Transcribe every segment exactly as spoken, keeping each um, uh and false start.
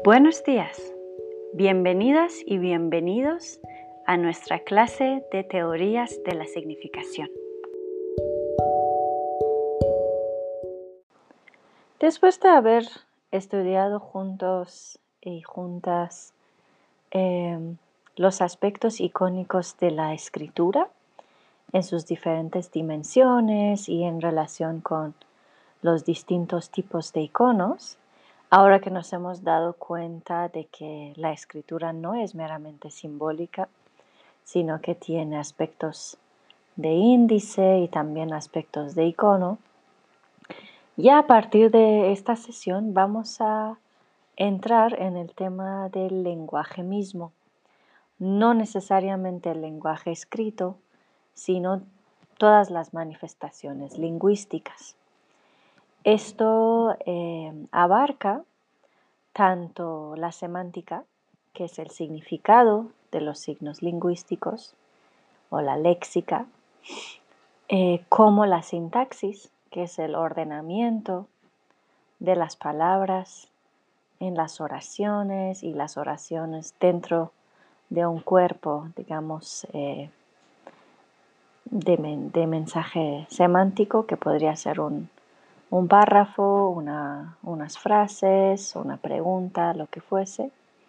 Buenos días, bienvenidas y bienvenidos a nuestra clase de teorías de la significación. Después de haber estudiado juntos y juntas eh, los aspectos icónicos de la escritura en sus diferentes dimensiones y en relación con los distintos tipos de iconos, ahora que nos hemos dado cuenta de que la escritura no es meramente simbólica, sino que tiene aspectos de índice y también aspectos de icono, ya a partir de esta sesión vamos a entrar en el tema del lenguaje mismo, no necesariamente el lenguaje escrito, sino todas las manifestaciones lingüísticas. Esto eh, abarca tanto la semántica, que es el significado de los signos lingüísticos, o la léxica, eh, como la sintaxis, que es el ordenamiento de las palabras en las oraciones y las oraciones dentro de un cuerpo, digamos, eh, de, men de mensaje semántico, que podría ser un un párrafo, una, unas frases, una pregunta, lo que fuese.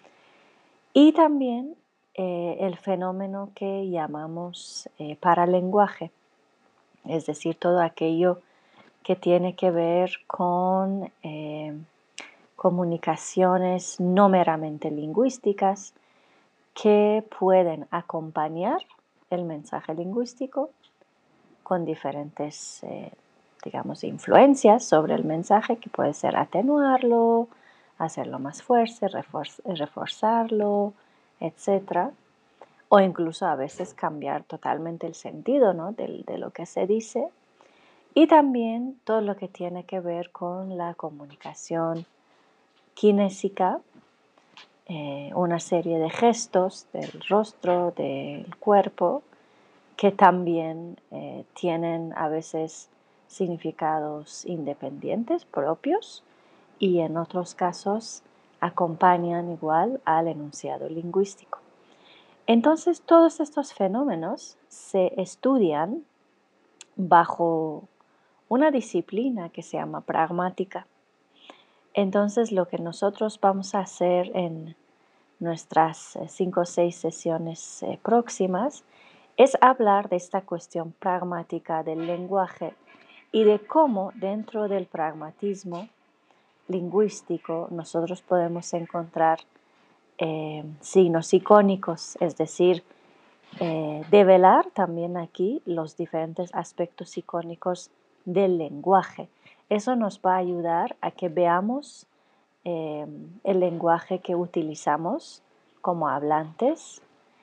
Y también eh, el fenómeno que llamamos eh, paralenguaje, es decir, todo aquello que tiene que ver con eh, comunicaciones no meramente lingüísticas que pueden acompañar el mensaje lingüístico con diferentes eh, digamos, influencias sobre el mensaje, que puede ser atenuarlo, hacerlo más fuerte, reforzarlo, etcétera. O incluso a veces cambiar totalmente el sentido, ¿no?, de, de lo que se dice. Y también todo lo que tiene que ver con la comunicación kinésica, eh, una serie de gestos del rostro, del cuerpo, que también eh, tienen a veces significados independientes, propios, y en otros casos acompañan igual al enunciado lingüístico. Entonces, todos estos fenómenos se estudian bajo una disciplina que se llama pragmática. Entonces, lo que nosotros vamos a hacer en nuestras cinco o seis sesiones eh, próximas es hablar de esta cuestión pragmática del lenguaje y de cómo dentro del pragmatismo lingüístico nosotros podemos encontrar eh, signos icónicos, es decir, eh, develar también aquí los diferentes aspectos icónicos del lenguaje. Eso nos va a ayudar a que veamos eh, el lenguaje que utilizamos como hablantes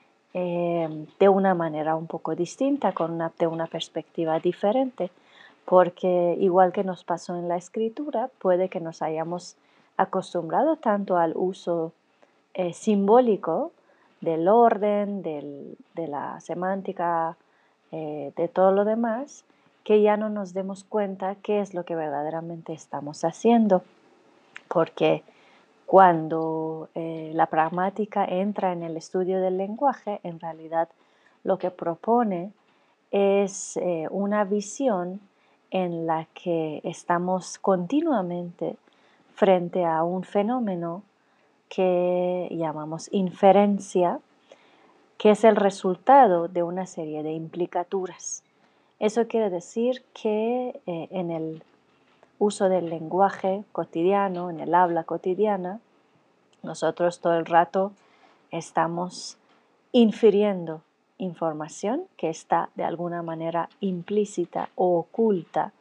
eh, de una manera un poco distinta, con una, de una perspectiva diferente, porque igual que nos pasó en la escritura, puede que nos hayamos acostumbrado tanto al uso eh, simbólico del orden, del, de la semántica, eh, de todo lo demás, que ya no nos demos cuenta qué es lo que verdaderamente estamos haciendo, porque cuando eh, la pragmática entra en el estudio del lenguaje, en realidad lo que propone es eh, una visión en la que estamos continuamente frente a un fenómeno que llamamos inferencia, que es el resultado de una serie de implicaturas. Eso quiere decir que eh, en el uso del lenguaje cotidiano, en el habla cotidiana, nosotros todo el rato estamos infiriendo información que está de alguna manera implícita o oculta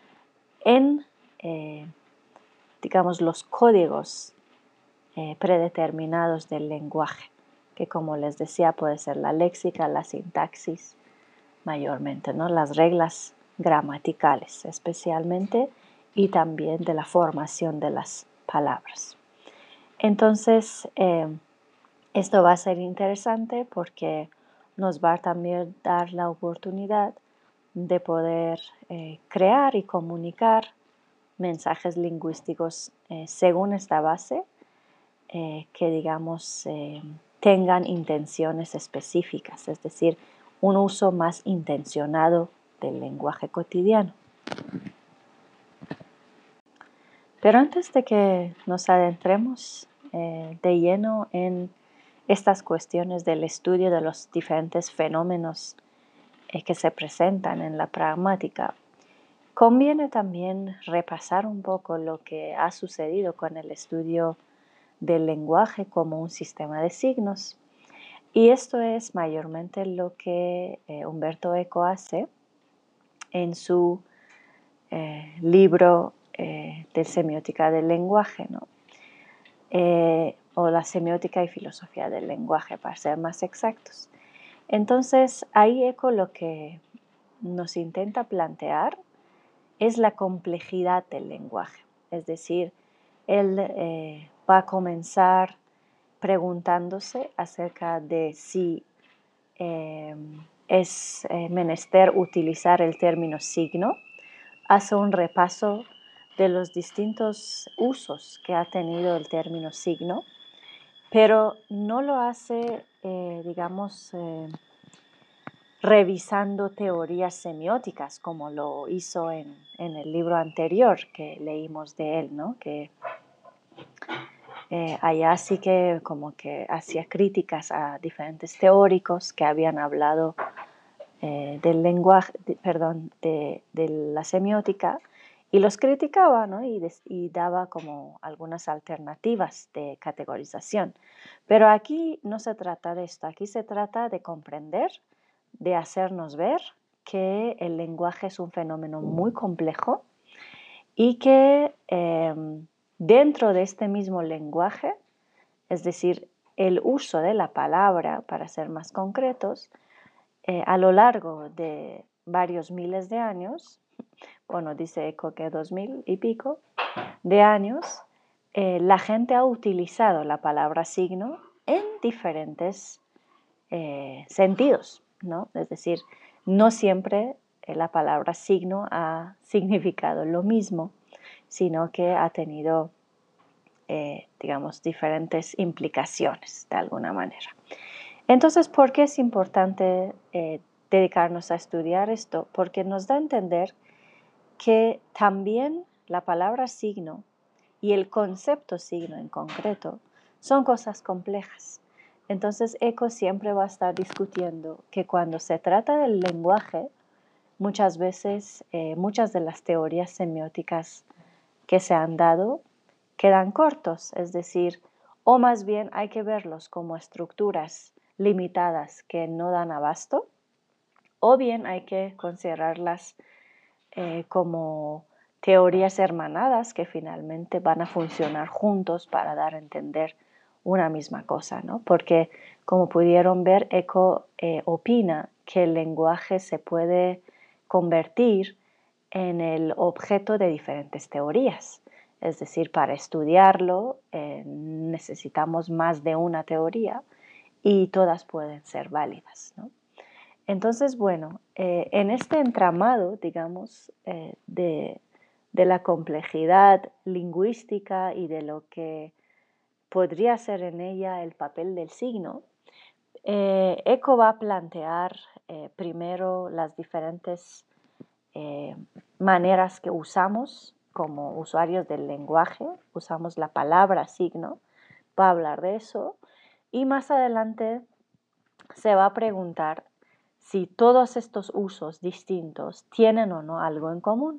en, eh, digamos, los códigos eh, predeterminados del lenguaje, que como les decía puede ser la léxica, la sintaxis mayormente, ¿no?, las reglas gramaticales especialmente, y también de la formación de las palabras. Entonces, eh, esto va a ser interesante porque nos va a también dar la oportunidad de poder eh, crear y comunicar mensajes lingüísticos eh, según esta base, eh, que, digamos, eh, tengan intenciones específicas, es decir, un uso más intencionado del lenguaje cotidiano. Pero antes de que nos adentremos eh, de lleno en estas cuestiones del estudio de los diferentes fenómenos eh, que se presentan en la pragmática, conviene también repasar un poco lo que ha sucedido con el estudio del lenguaje como un sistema de signos. Y esto es mayormente lo que eh, Umberto Eco hace en su eh, libro eh, de semiótica del lenguaje, ¿no? Eh, o la semiótica y filosofía del lenguaje, para ser más exactos. Entonces, ahí Eco lo que nos intenta plantear es la complejidad del lenguaje. Es decir, él eh, va a comenzar preguntándose acerca de si eh, es eh, menester utilizar el término signo. Hace un repaso de los distintos usos que ha tenido el término signo, pero no lo hace, eh, digamos, eh, revisando teorías semióticas como lo hizo en, en el libro anterior que leímos de él, ¿no? Que eh, allá sí que como que hacía críticas a diferentes teóricos que habían hablado eh, del lenguaje, de, perdón, de, de la semiótica, y los criticaba, ¿no? y, des, y daba como algunas alternativas de categorización. Pero aquí no se trata de esto, aquí se trata de comprender, de hacernos ver que el lenguaje es un fenómeno muy complejo y que eh, dentro de este mismo lenguaje, es decir, el uso de la palabra, para ser más concretos, eh, a lo largo de varios miles de años, bueno, dice Eco que dos mil y pico de años, eh, la gente ha utilizado la palabra signo en diferentes eh, sentidos, ¿no? Es decir, no siempre eh, la palabra signo ha significado lo mismo, sino que ha tenido, eh, digamos, diferentes implicaciones de alguna manera. Entonces, ¿por qué es importante eh, dedicarnos a estudiar esto? Porque nos da a entender que también la palabra signo y el concepto signo en concreto son cosas complejas. Entonces, Eco siempre va a estar discutiendo que cuando se trata del lenguaje, muchas veces, eh, muchas de las teorías semióticas que se han dado quedan cortos, es decir, o más bien hay que verlos como estructuras limitadas que no dan abasto, o bien hay que considerarlas eh, como teorías hermanadas que finalmente van a funcionar juntos para dar a entender una misma cosa, ¿no? Porque, como pudieron ver, Eco eh, opina que el lenguaje se puede convertir en el objeto de diferentes teorías. Es decir, para estudiarlo eh, necesitamos más de una teoría y todas pueden ser válidas, ¿no? Entonces, bueno, eh, en este entramado, digamos, eh, de, de la complejidad lingüística y de lo que podría ser en ella el papel del signo, eh, Eco va a plantear eh, primero las diferentes eh, maneras que usamos como usuarios del lenguaje, usamos la palabra signo, va a hablar de eso, y más adelante se va a preguntar si todos estos usos distintos tienen o no algo en común,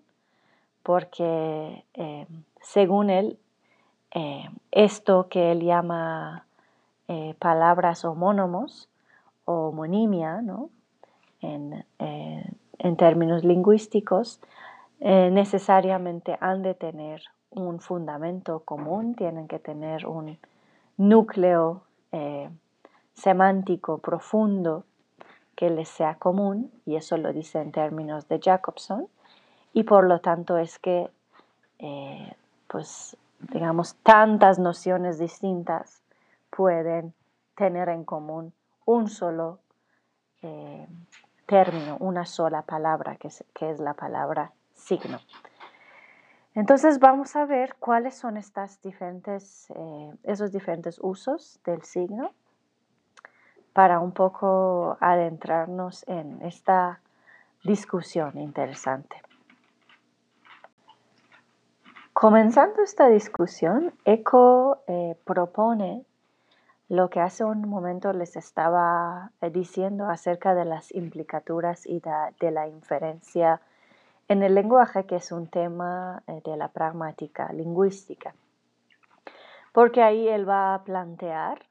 porque eh, según él, eh, esto que él llama eh, palabras homónimos o homonimia, ¿no? en, eh, en términos lingüísticos, eh, necesariamente han de tener un fundamento común, tienen que tener un núcleo eh, semántico profundo que les sea común, y eso lo dice en términos de Jacobson, y por lo tanto es que, eh, pues, digamos, tantas nociones distintas pueden tener en común un solo eh, término, una sola palabra, que es, que es la palabra signo. Entonces vamos a ver cuáles son estas diferentes, eh, esos diferentes usos del signo para un poco adentrarnos en esta discusión interesante. Comenzando esta discusión, Eco eh, propone lo que hace un momento les estaba eh, diciendo acerca de las implicaturas y da, de la inferencia en el lenguaje, que es un tema eh, de la pragmática lingüística. Porque ahí él va a plantear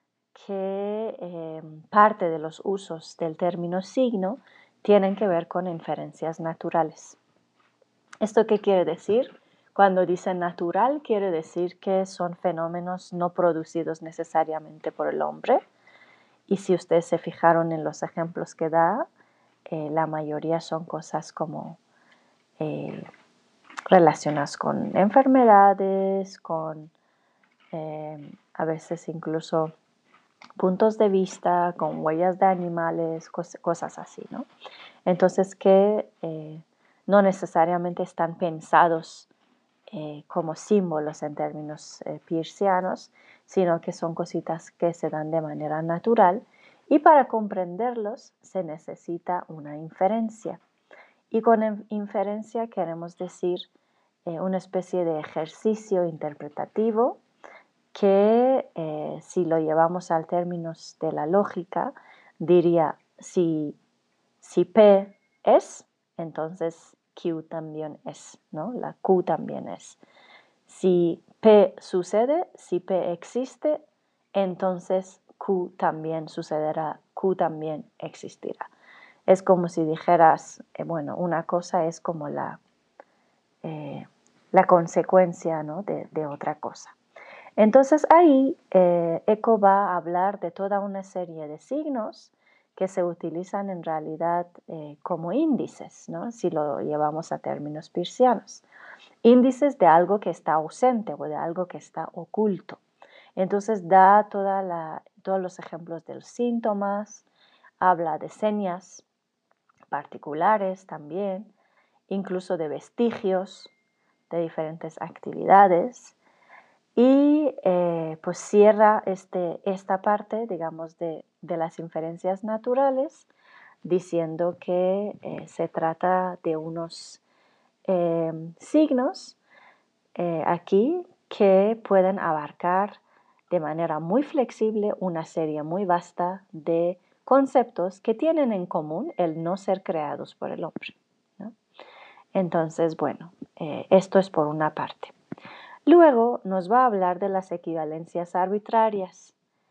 que eh, parte de los usos del término signo tienen que ver con inferencias naturales. ¿Esto qué quiere decir? Cuando dice natural, quiere decir que son fenómenos no producidos necesariamente por el hombre. Y si ustedes se fijaron en los ejemplos que da, eh, la mayoría son cosas como eh, relacionadas con enfermedades, con eh, a veces incluso puntos de vista, con huellas de animales, cos cosas así, ¿no? Entonces que eh, no necesariamente están pensados eh, como símbolos en términos eh, peircianos, sino que son cositas que se dan de manera natural y para comprenderlos se necesita una inferencia. Y con inferencia queremos decir eh, una especie de ejercicio interpretativo que eh, si lo llevamos al términos de la lógica, diría si, si P es, entonces Q también es, ¿no? La Q también es. Si P sucede, si P existe, entonces Q también sucederá, Q también existirá. Es como si dijeras, eh, bueno, una cosa es como la, eh, la consecuencia, ¿no? de, de otra cosa. Entonces ahí eh, Eco va a hablar de toda una serie de signos que se utilizan en realidad eh, como índices, ¿no? Si lo llevamos a términos peircianos. Índices de algo que está ausente o de algo que está oculto. Entonces da toda la, todos los ejemplos de los síntomas, habla de señas particulares también, incluso de vestigios de diferentes actividades. Y eh, pues cierra este, esta parte, digamos, de, de las inferencias naturales, diciendo que eh, se trata de unos eh, signos eh, aquí que pueden abarcar de manera muy flexible una serie muy vasta de conceptos que tienen en común el no ser creados por el hombre, ¿no? Entonces, bueno, eh, esto es por una parte. Luego nos va a hablar de las equivalencias arbitrarias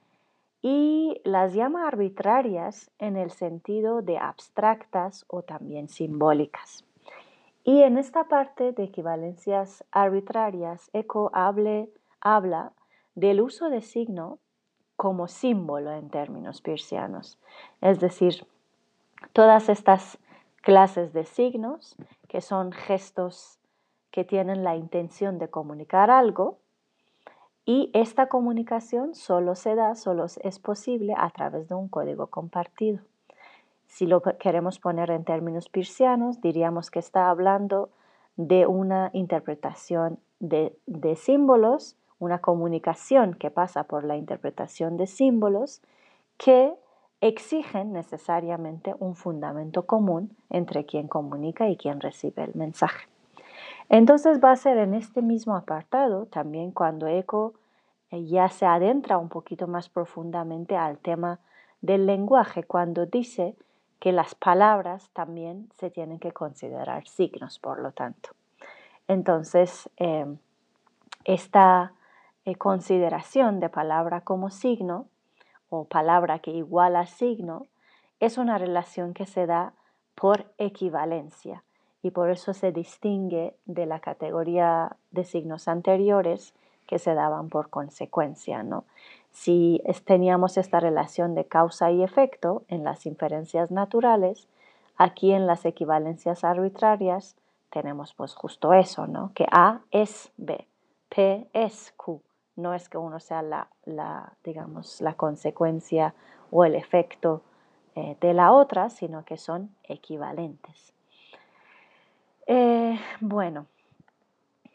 y las llama arbitrarias en el sentido de abstractas o también simbólicas. Y en esta parte de equivalencias arbitrarias, Eco hable, habla del uso de signo como símbolo en términos peircianos. Es decir, todas estas clases de signos que son gestos que tienen la intención de comunicar algo, y esta comunicación solo se da, solo es posible a través de un código compartido. Si lo queremos poner en términos peircianos, diríamos que está hablando de una interpretación de, de símbolos, una comunicación que pasa por la interpretación de símbolos que exigen necesariamente un fundamento común entre quien comunica y quien recibe el mensaje. Entonces va a ser en este mismo apartado también cuando Eco eh, ya se adentra un poquito más profundamente al tema del lenguaje, cuando dice que las palabras también se tienen que considerar signos, por lo tanto. Entonces, eh, esta eh, consideración de palabra como signo o palabra que iguala signo es una relación que se da por equivalencia y por eso se distingue de la categoría de signos anteriores que se daban por consecuencia, ¿no? Si teníamos esta relación de causa y efecto en las inferencias naturales, aquí en las equivalencias arbitrarias tenemos pues justo eso, ¿no? Que A es B, P es Q. No es que uno sea la, la digamos, la consecuencia o el efecto eh, de la otra, sino que son equivalentes. Eh, bueno,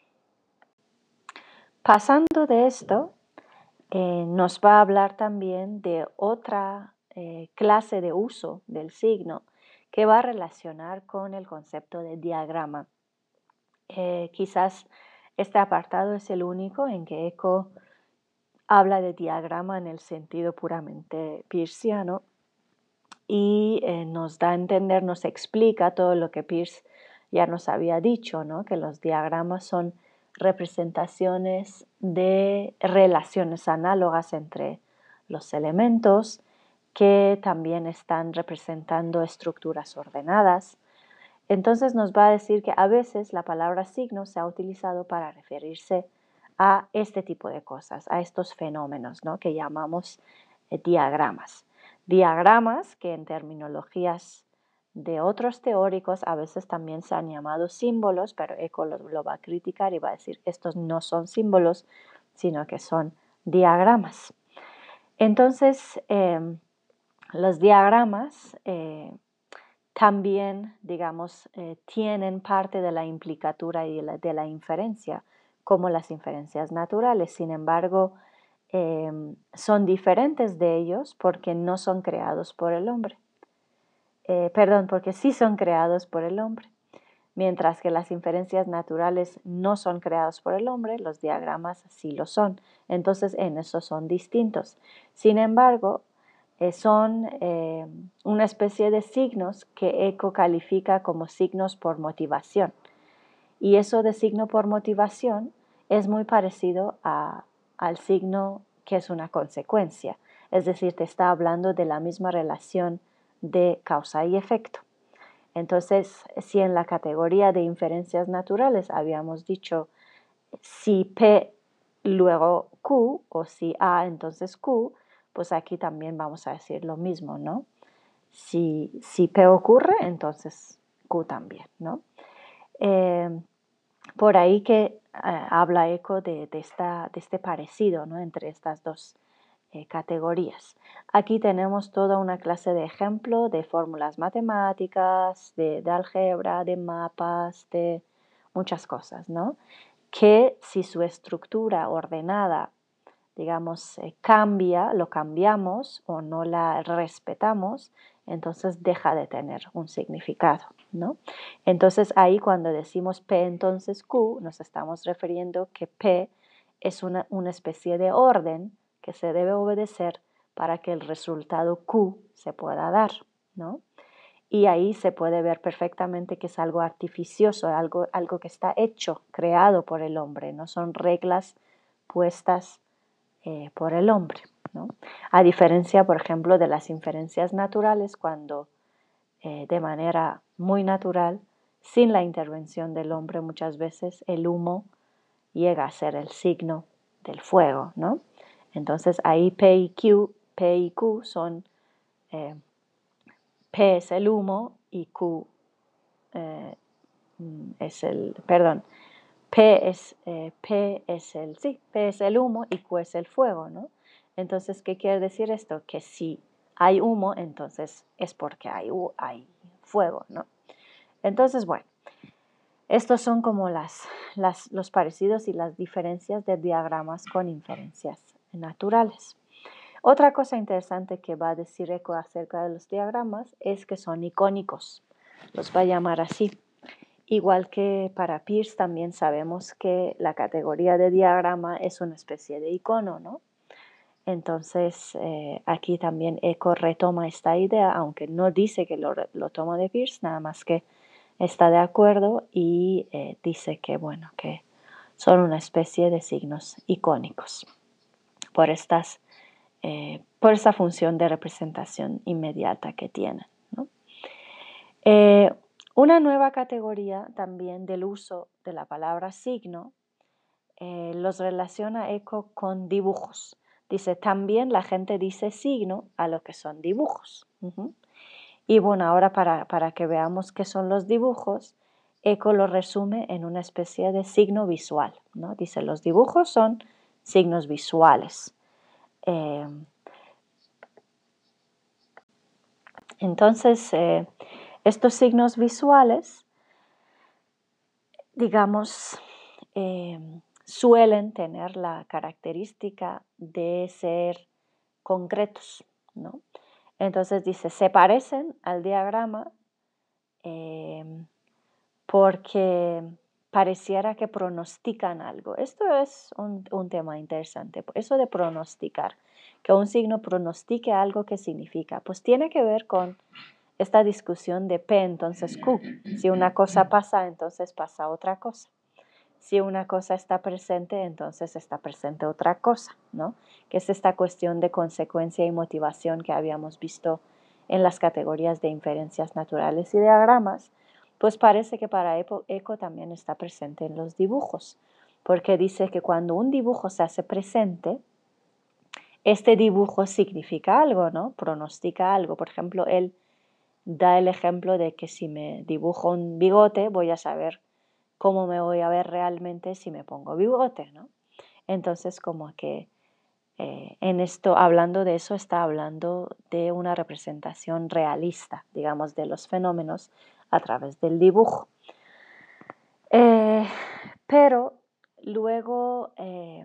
Pasando de esto, eh, nos va a hablar también de otra eh, clase de uso del signo que va a relacionar con el concepto de diagrama. Eh, quizás este apartado es el único en que Eco habla de diagrama en el sentido puramente peirciano y eh, nos da a entender, nos explica todo lo que Peirce ya nos había dicho, ¿no? Que los diagramas son representaciones de relaciones análogas entre los elementos que también están representando estructuras ordenadas. Entonces nos va a decir que a veces la palabra signo se ha utilizado para referirse a este tipo de cosas, a estos fenómenos, ¿no? Que llamamos eh, diagramas. Diagramas que en terminologías de otros teóricos a veces también se han llamado símbolos, pero Eco lo, lo va a criticar y va a decir estos no son símbolos, sino que son diagramas. Entonces, eh, los diagramas eh, también, digamos, eh, tienen parte de la implicatura y de la, de la inferencia, como las inferencias naturales. Sin embargo, eh, son diferentes de ellos porque no son creados por el hombre. Eh, perdón, porque sí son creados por el hombre. Mientras que las inferencias naturales no son creadas por el hombre, los diagramas sí lo son. Entonces, en eso son distintos. Sin embargo, eh, son eh, una especie de signos que Eco califica como signos por motivación. Y eso de signo por motivación es muy parecido a, al signo que es una consecuencia. Es decir, te está hablando de la misma relación de causa y efecto. Entonces, si en la categoría de inferencias naturales habíamos dicho si P luego Q o si A entonces Q, pues aquí también vamos a decir lo mismo, ¿no? Si, si P ocurre, entonces Q también, ¿no? Eh, por ahí que eh, habla Eco de, de, esta, de este parecido, ¿no? Entre estas dos eh, categorías. Aquí tenemos toda una clase de ejemplo de fórmulas matemáticas, de, de álgebra, de mapas, de muchas cosas, ¿no? Que si su estructura ordenada, digamos, eh, cambia, lo cambiamos o no la respetamos, entonces deja de tener un significado, ¿no? Entonces ahí cuando decimos P entonces Q, nos estamos refiriendo que P es una, una especie de orden que se debe obedecer para que el resultado Q se pueda dar, ¿no? Y ahí se puede ver perfectamente que es algo artificioso, algo, algo que está hecho, creado por el hombre, no son reglas puestas eh, por el hombre, ¿no? A diferencia, por ejemplo, de las inferencias naturales, cuando eh, de manera muy natural, sin la intervención del hombre, muchas veces el humo llega a ser el signo del fuego, ¿no? Entonces ahí P y Q, P y Q son, eh, P es el humo y Q eh, es el, perdón, P es, eh, P es el, sí, P es el humo y Q es el fuego, ¿no? Entonces, ¿qué quiere decir esto? Que si hay humo, entonces es porque hay, hay fuego, ¿no? Entonces, bueno, estos son como las, las, los parecidos y las diferencias de diagramas con inferencias naturales. Otra cosa interesante que va a decir Eco acerca de los diagramas es que son icónicos, los va a llamar así. Igual que para Peirce también sabemos que la categoría de diagrama es una especie de icono, ¿no? Entonces eh, aquí también Eco retoma esta idea, aunque no dice que lo, lo toma de Peirce, nada más que está de acuerdo y eh, dice que, bueno, que son una especie de signos icónicos por, estas, eh, por esta función de representación inmediata que tienen, ¿no? Eh, una nueva categoría también del uso de la palabra signo eh, los relaciona Eco con dibujos. Dice, también la gente dice signo a lo que son dibujos. Uh-huh. Y bueno, ahora para, para que veamos qué son los dibujos, Eco lo resume en una especie de signo visual, ¿no? Dice, los dibujos son signos visuales. Eh, entonces, eh, estos signos visuales, digamos, eh, suelen tener la característica de ser concretos, ¿no? Entonces dice, se parecen al diagrama eh, porque pareciera que pronostican algo. Esto es un, un tema interesante. Eso de pronosticar, que un signo pronostique algo, ¿qué significa? Pues tiene que ver con esta discusión de P, entonces Q. Si una cosa pasa, entonces pasa otra cosa. Si una cosa está presente, entonces está presente otra cosa, ¿no? Que es esta cuestión de consecuencia y motivación que habíamos visto en las categorías de inferencias naturales y diagramas. Pues parece que para Eco también está presente en los dibujos, porque dice que cuando un dibujo se hace presente, este dibujo significa algo, ¿no? Pronostica algo. Por ejemplo, él da el ejemplo de que si me dibujo un bigote, voy a saber cómo me voy a ver realmente si me pongo bigote, ¿no? Entonces, como que eh, en esto, hablando de eso, está hablando de una representación realista, digamos, de los fenómenos a través del dibujo. Eh, pero luego eh,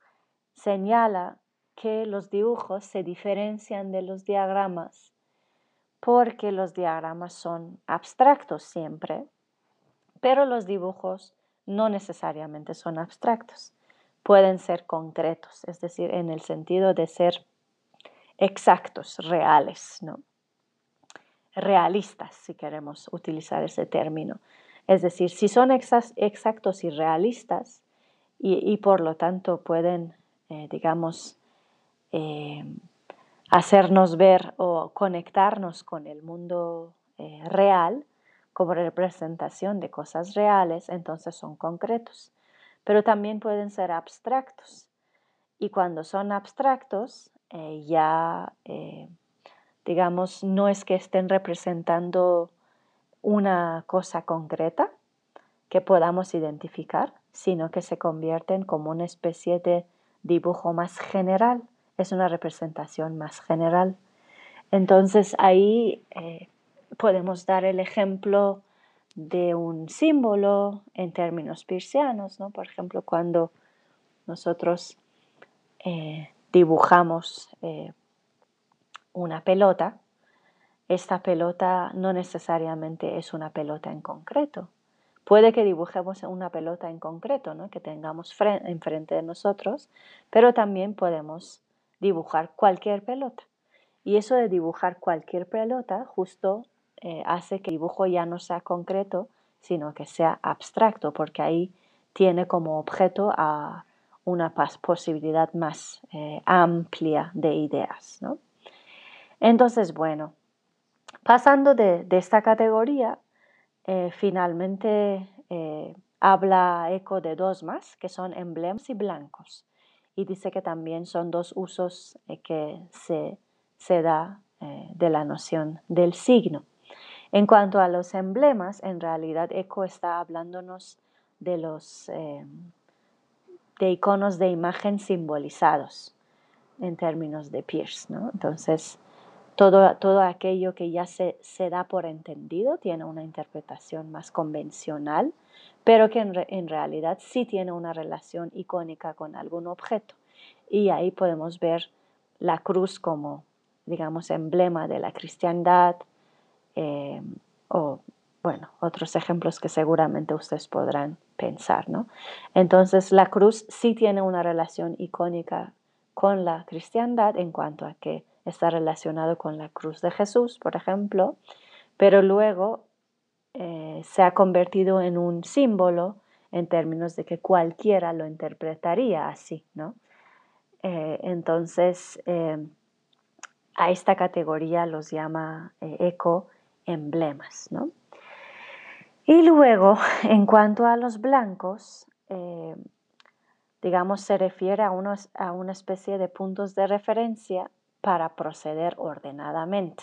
señala que los dibujos se diferencian de los diagramas porque los diagramas son abstractos siempre, pero los dibujos no necesariamente son abstractos, pueden ser concretos, es decir, en el sentido de ser exactos, reales, ¿no? Realistas, si queremos utilizar ese término. Es decir, si son exactos y realistas y, y por lo tanto pueden, eh, digamos, eh, hacernos ver o conectarnos con el mundo eh, real como representación de cosas reales, entonces son concretos. Pero también pueden ser abstractos. Y cuando son abstractos, eh, ya, eh, digamos, no es que estén representando una cosa concreta que podamos identificar, sino que se convierten como una especie de dibujo más general. Es una representación más general. Entonces ahí eh, podemos dar el ejemplo de un símbolo en términos peircianos, ¿no? Por ejemplo, cuando nosotros eh, dibujamos eh, una pelota, esta pelota no necesariamente es una pelota en concreto. Puede que dibujemos una pelota en concreto, ¿no? Que tengamos enfrente de nosotros, pero también podemos dibujar cualquier pelota. Y eso de dibujar cualquier pelota justo eh, hace que el dibujo ya no sea concreto, sino que sea abstracto, porque ahí tiene como objeto a una posibilidad más eh, amplia de ideas, ¿no? Entonces, bueno, pasando de, de esta categoría, eh, finalmente eh, habla Eco de dos más, que son emblemas y blancos. Y dice que también son dos usos eh, que se, se da eh, de la noción del signo. En cuanto a los emblemas, en realidad Eco está hablándonos de los eh, de iconos de imagen simbolizados en términos de Peirce, ¿no? Entonces, todo, todo aquello que ya se, se da por entendido tiene una interpretación más convencional, pero que en, re, en realidad sí tiene una relación icónica con algún objeto. Y ahí podemos ver la cruz como, digamos, emblema de la cristiandad, eh, o, bueno, otros ejemplos que seguramente ustedes podrán pensar, ¿no? Entonces, la cruz sí tiene una relación icónica con la cristiandad en cuanto a que está relacionado con la cruz de Jesús, por ejemplo, pero luego eh, se ha convertido en un símbolo en términos de que cualquiera lo interpretaría así, ¿no? Eh, entonces, eh, a esta categoría los llama eh, Eco emblemas, ¿no? Y luego, en cuanto a los blancos, eh, digamos, se refiere a, unos, a una especie de puntos de referencia para proceder ordenadamente.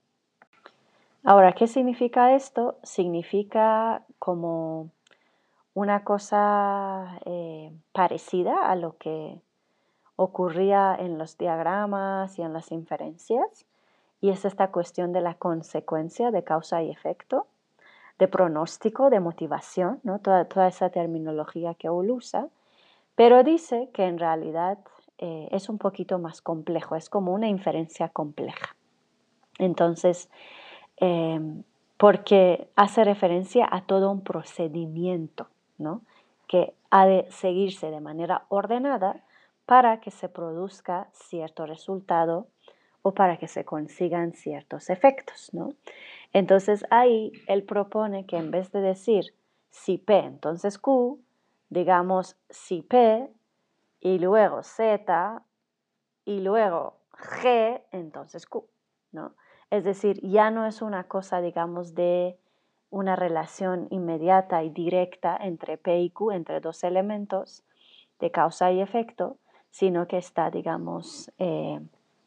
Ahora, ¿qué significa esto? Significa como una cosa eh, parecida a lo que ocurría en los diagramas y en las inferencias, y es esta cuestión de la consecuencia de causa y efecto, de pronóstico, de motivación, ¿no? toda, toda esa terminología que él usa, Pero dice que en realidad eh, es un poquito más complejo, es como una inferencia compleja. Entonces, eh, porque hace referencia a todo un procedimiento, ¿no? Que ha de seguirse de manera ordenada para que se produzca cierto resultado o para que se consigan ciertos efectos, ¿no? Entonces ahí él propone que en vez de decir si P, entonces Q, digamos si P y luego Z y luego G, entonces Q, ¿no? Es decir, ya no es una cosa, digamos, de una relación inmediata y directa entre P y Q, entre dos elementos de causa y efecto, sino que está, digamos, eh,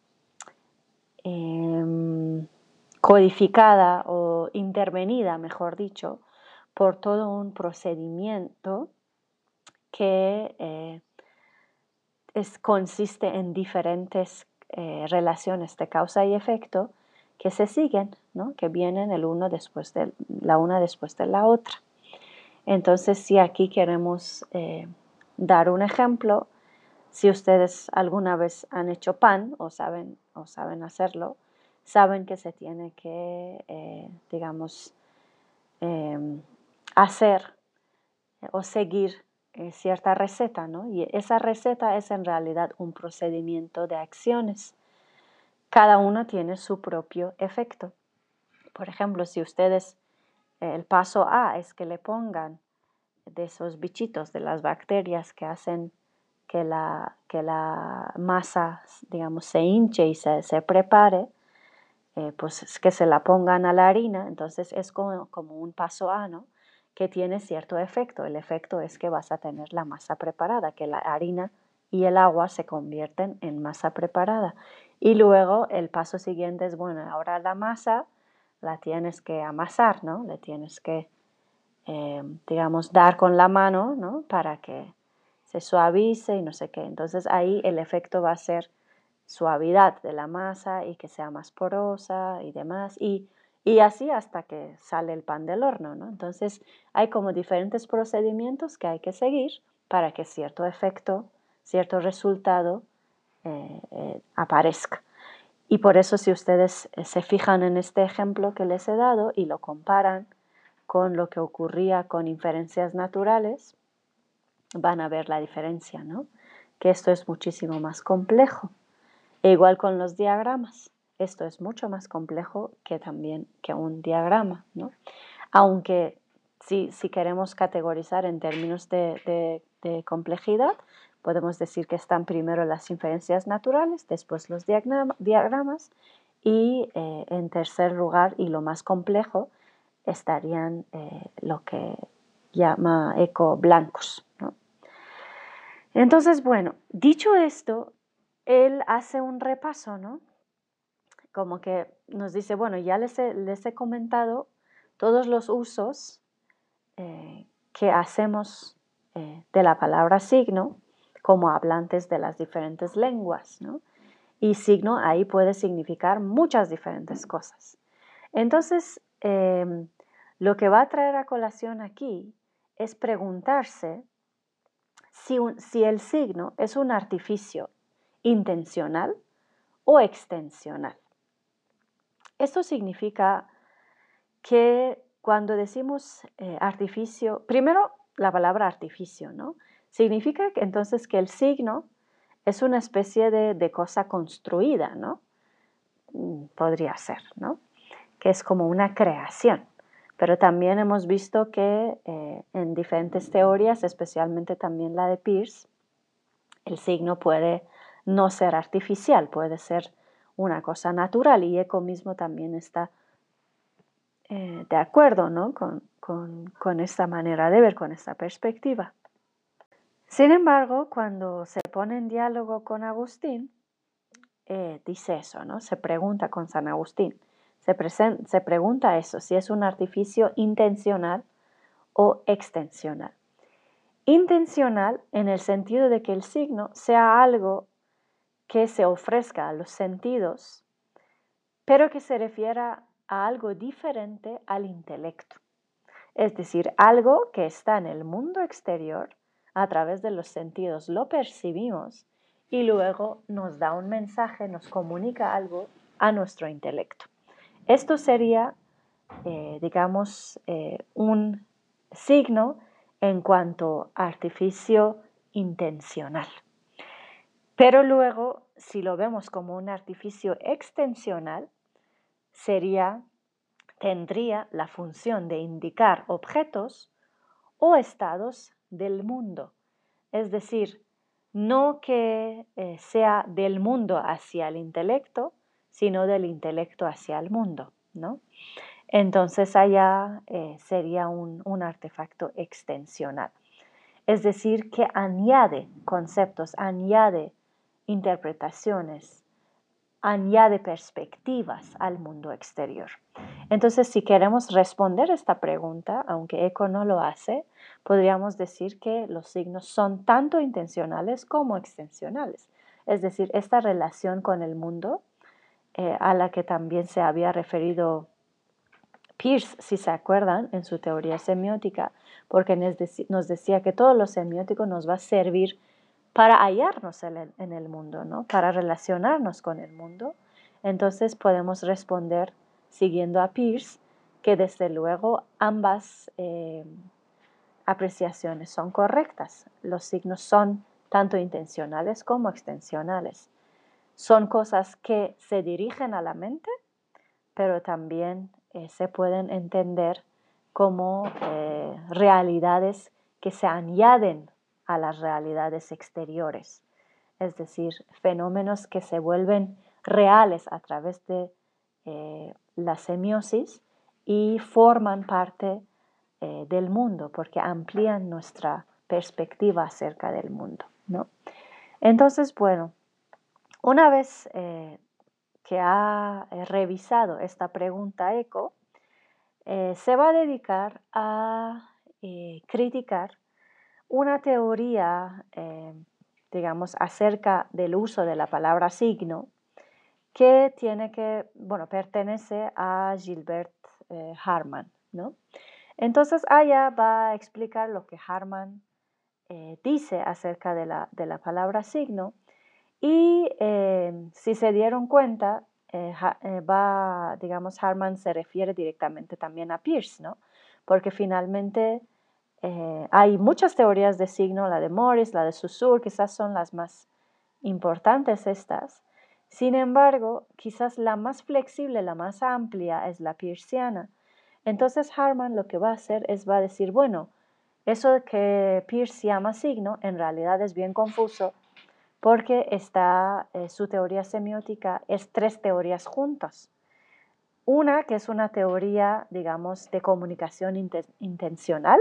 eh, codificada o intervenida, mejor dicho, por todo un procedimiento que eh, es, consiste en diferentes eh, relaciones de causa y efecto que se siguen, ¿no? Que vienen el uno después de, la una después de la otra. Entonces, si aquí queremos eh, dar un ejemplo, si ustedes alguna vez han hecho pan o saben, o saben hacerlo, saben que se tiene que, eh, digamos, eh, hacer o seguir eh, cierta receta, ¿no? Y esa receta es en realidad un procedimiento de acciones. Cada uno tiene su propio efecto. Por ejemplo, si ustedes, eh, el paso A es que le pongan de esos bichitos, de las bacterias que hacen que la, que la masa, digamos, se hinche y se, se prepare, eh, pues es que se la pongan a la harina, entonces es como, como un paso A, ¿no? Que tiene cierto efecto. El efecto es que vas a tener la masa preparada, que la harina y el agua se convierten en masa preparada. Y luego el paso siguiente es, bueno, ahora la masa la tienes que amasar, ¿no? Le tienes que, eh, digamos, dar con la mano, ¿no? Para que se suavice y no sé qué. Entonces ahí el efecto va a ser suavidad de la masa y que sea más porosa y demás. Y, y así hasta que sale el pan del horno, ¿no? Entonces hay como diferentes procedimientos que hay que seguir para que cierto efecto, cierto resultado eh, eh, aparezca. Y por eso si ustedes se fijan en este ejemplo que les he dado y lo comparan con lo que ocurría con inferencias naturales, van a ver la diferencia, ¿no? Que esto es muchísimo más complejo. E igual con los diagramas. Esto es mucho más complejo que también que un diagrama, ¿no? Aunque si, si queremos categorizar en términos de, de, de complejidad, podemos decir que están primero las inferencias naturales, después los diagramas y eh, en tercer lugar y lo más complejo estarían eh, lo que llama ecoblancos, ¿no? Entonces, bueno, dicho esto, él hace un repaso, ¿no? Como que nos dice, bueno, ya les he, les he comentado todos los usos eh, que hacemos eh, de la palabra signo como hablantes de las diferentes lenguas, ¿no? Y signo ahí puede significar muchas diferentes cosas. Entonces, eh, lo que va a traer a colación aquí es preguntarse si, un, si el signo es un artificio intencional o extensional. Esto significa que cuando decimos eh, artificio, primero la palabra artificio, ¿no? Significa que, entonces que el signo es una especie de, de cosa construida, ¿no? Podría ser, ¿no? Que es como una creación. Pero también hemos visto que eh, en diferentes teorías, especialmente también la de Peirce, el signo puede no ser artificial, puede ser una cosa natural y Eco mismo también está eh, de acuerdo, ¿no? con, con, con esta manera de ver, con esta perspectiva. Sin embargo, cuando se pone en diálogo con Agustín, eh, dice eso, ¿no? Se pregunta con San Agustín, se, se pregunta eso, si es un artificio intencional o extensional. Intencional en el sentido de que el signo sea algo que se ofrezca a los sentidos, pero que se refiera a algo diferente al intelecto. Es decir, algo que está en el mundo exterior, a través de los sentidos lo percibimos y luego nos da un mensaje, nos comunica algo a nuestro intelecto. Esto sería, eh, digamos, eh, un signo en cuanto a artificio intencional. Pero luego, si lo vemos como un artificio extensional, sería, tendría la función de indicar objetos o estados del mundo. Es decir, no que eh, sea del mundo hacia el intelecto, sino del intelecto hacia el mundo, ¿no? Entonces allá eh, sería un, un artefacto extensional. Es decir, que añade conceptos, añade interpretaciones, añade perspectivas al mundo exterior. Entonces, si queremos responder esta pregunta, aunque Eco no lo hace, podríamos decir que los signos son tanto intencionales como extensionales. Es decir, esta relación con el mundo, eh, a la que también se había referido Peirce, si se acuerdan, en su teoría semiótica, porque nos decía que todo lo semiótico nos va a servir para hallarnos en el mundo, ¿no? Para relacionarnos con el mundo. Entonces podemos responder, siguiendo a Peirce, que desde luego ambas eh, apreciaciones son correctas. Los signos son tanto intencionales como extensionales. Son cosas que se dirigen a la mente, pero también eh, se pueden entender como eh, realidades que se añaden a las realidades exteriores, es decir, fenómenos que se vuelven reales a través de eh, la semiosis y forman parte eh, del mundo porque amplían nuestra perspectiva acerca del mundo, ¿no? Entonces, bueno, una vez eh, que ha eh, revisado esta pregunta Eco, eh, se va a dedicar a eh, criticar una teoría, eh, digamos, acerca del uso de la palabra signo, que tiene que, bueno, pertenece a Gilbert eh, Harman, ¿no? Entonces, allá va a explicar lo que Harman eh, dice acerca de la, de la palabra signo y eh, si se dieron cuenta, eh, eh, va, digamos, Harman se refiere directamente también a Peirce, ¿no? Porque finalmente eh, hay muchas teorías de signo, la de Morris, la de Saussure, quizás son las más importantes estas. Sin embargo, quizás la más flexible, la más amplia es la peirciana. Entonces Harman lo que va a hacer es va a decir, bueno, eso que Peirce llama signo en realidad es bien confuso porque está, eh, su teoría semiótica es tres teorías juntas. Una que es una teoría, digamos, de comunicación inten intencional.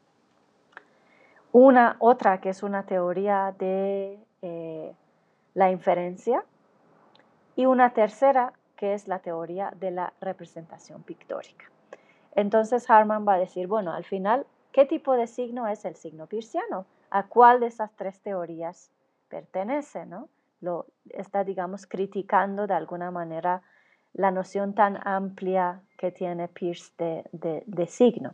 Una, otra que es una teoría de eh, la inferencia. Y una tercera que es la teoría de la representación pictórica. Entonces Harman va a decir, bueno, al final, ¿qué tipo de signo es el signo peirciano? ¿A cuál de esas tres teorías pertenece, ¿no? Lo está, digamos, criticando de alguna manera la noción tan amplia que tiene Peirce de, de, de signo.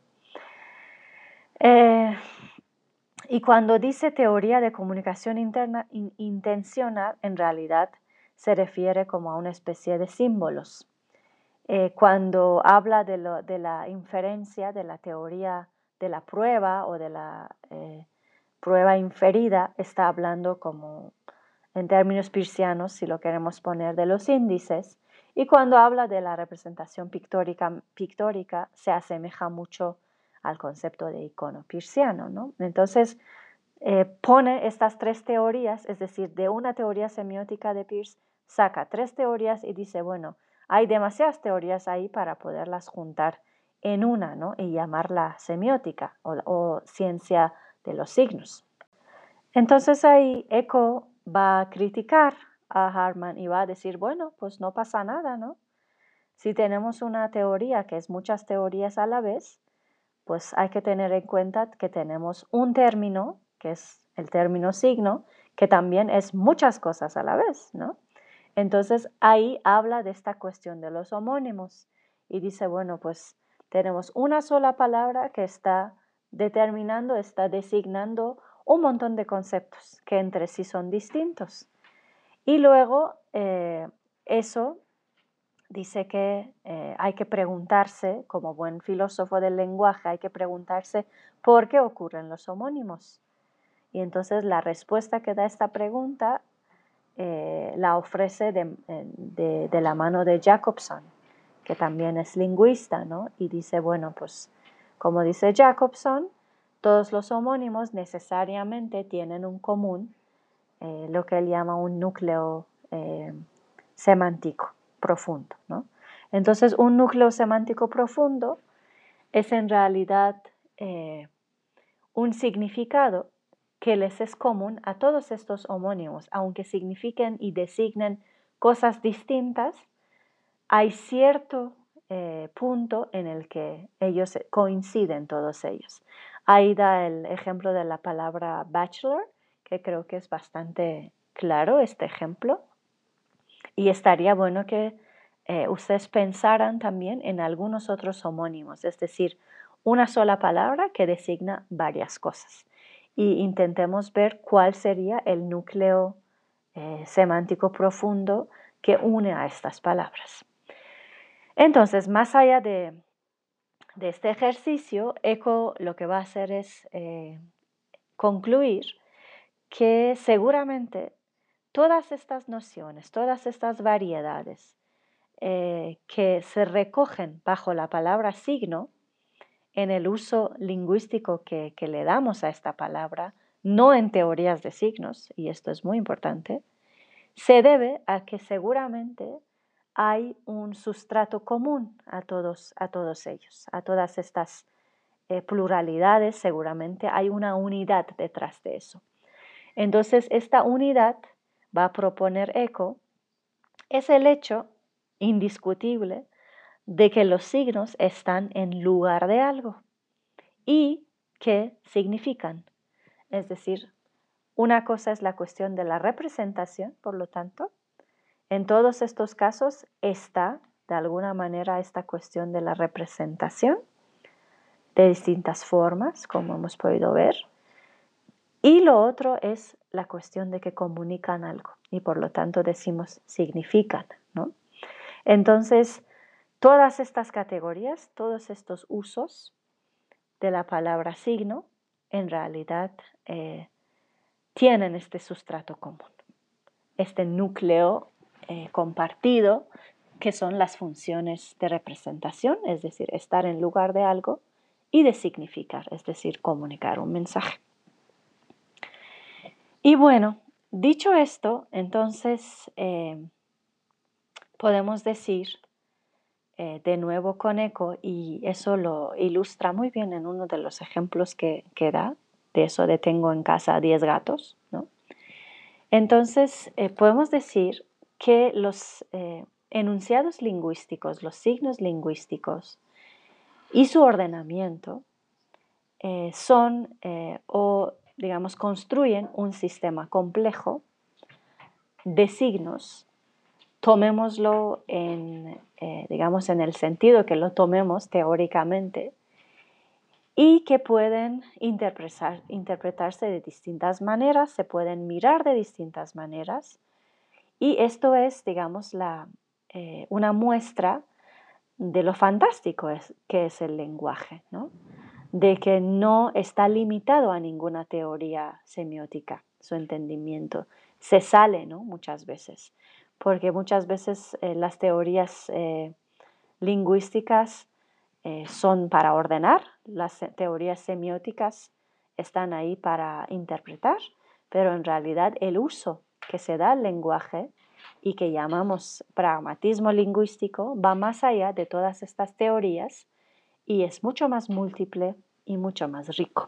Eh, y cuando dice teoría de comunicación interna in, intencional, en realidad se refiere como a una especie de símbolos. Eh, cuando habla de, lo, de la inferencia, de la teoría de la prueba o de la eh, prueba inferida, está hablando como en términos peircianos, si lo queremos poner, de los índices. Y cuando habla de la representación pictórica, pictórica se asemeja mucho al concepto de icono peirciano, ¿no? Entonces, eh, pone estas tres teorías, es decir, de una teoría semiótica de Peirce, saca tres teorías y dice, bueno, hay demasiadas teorías ahí para poderlas juntar en una, ¿no? Y llamarla semiótica o, o ciencia de los signos. Entonces ahí Eco va a criticar a Harman y va a decir, bueno, pues no pasa nada, ¿no? Si tenemos una teoría que es muchas teorías a la vez, pues hay que tener en cuenta que tenemos un término, que es el término signo, que también es muchas cosas a la vez, ¿no? Entonces ahí habla de esta cuestión de los homónimos y dice, bueno, pues tenemos una sola palabra que está determinando, está designando un montón de conceptos que entre sí son distintos. Y luego eh, eso dice que eh, hay que preguntarse, como buen filósofo del lenguaje, hay que preguntarse por qué ocurren los homónimos. Y entonces la respuesta que da esta pregunta eh, la ofrece de, de, de la mano de Jacobson, que también es lingüista, ¿no? Y dice, bueno, pues como dice Jacobson, todos los homónimos necesariamente tienen un común, eh, lo que él llama un núcleo eh, semántico profundo, ¿no? Entonces, un núcleo semántico profundo es en realidad eh, un significado que les es común a todos estos homónimos, aunque signifiquen y designen cosas distintas, hay cierto eh, punto en el que ellos coinciden todos ellos. Ahí da el ejemplo de la palabra bachelor, que creo que es bastante claro este ejemplo. Y estaría bueno que eh, ustedes pensaran también en algunos otros homónimos, es decir, una sola palabra que designa varias cosas. Y intentemos ver cuál sería el núcleo eh, semántico profundo que une a estas palabras. Entonces, más allá de, de este ejercicio, Eco lo que va a hacer es eh, concluir que seguramente todas estas nociones, todas estas variedades eh, que se recogen bajo la palabra signo, en el uso lingüístico que, que le damos a esta palabra, no en teorías de signos, y esto es muy importante, se debe a que seguramente hay un sustrato común a todos, a todos ellos, a todas estas eh, pluralidades, seguramente hay una unidad detrás de eso. Entonces, esta unidad va a proponer Eco es el hecho indiscutible de que los signos están en lugar de algo y que significan. Es decir, una cosa es la cuestión de la representación, por lo tanto, en todos estos casos está de alguna manera esta cuestión de la representación de distintas formas, como hemos podido ver, y lo otro es la cuestión de que comunican algo y por lo tanto decimos significan, ¿no? Entonces, todas estas categorías, todos estos usos de la palabra signo, en realidad eh, tienen este sustrato común, este núcleo eh, compartido, que son las funciones de representación, es decir, estar en lugar de algo, y de significar, es decir, comunicar un mensaje. Y bueno, dicho esto, entonces eh, podemos decir eh, de nuevo con Eco, y eso lo ilustra muy bien en uno de los ejemplos que, que da, de eso de tengo en casa diez gatos, ¿no? Entonces, eh, podemos decir que los eh, enunciados lingüísticos, los signos lingüísticos y su ordenamiento eh, son eh, o, digamos, construyen un sistema complejo de signos. Tomémoslo en, eh, digamos, en el sentido que lo tomemos teóricamente y que pueden interpretar, interpretarse de distintas maneras, se pueden mirar de distintas maneras, y esto es, digamos, la, eh, una muestra de lo fantástico es, que es el lenguaje, ¿no? De que no está limitado a ninguna teoría semiótica, su entendimiento se sale, ¿no? Muchas veces, porque muchas veces eh, las teorías eh, lingüísticas eh, son para ordenar, las teorías semióticas están ahí para interpretar, pero en realidad el uso que se da al lenguaje y que llamamos pragmatismo lingüístico va más allá de todas estas teorías y es mucho más múltiple y mucho más rico.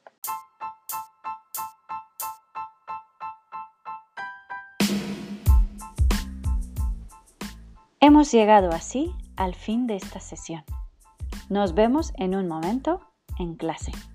Hemos llegado así al fin de esta sesión. Nos vemos en un momento en clase.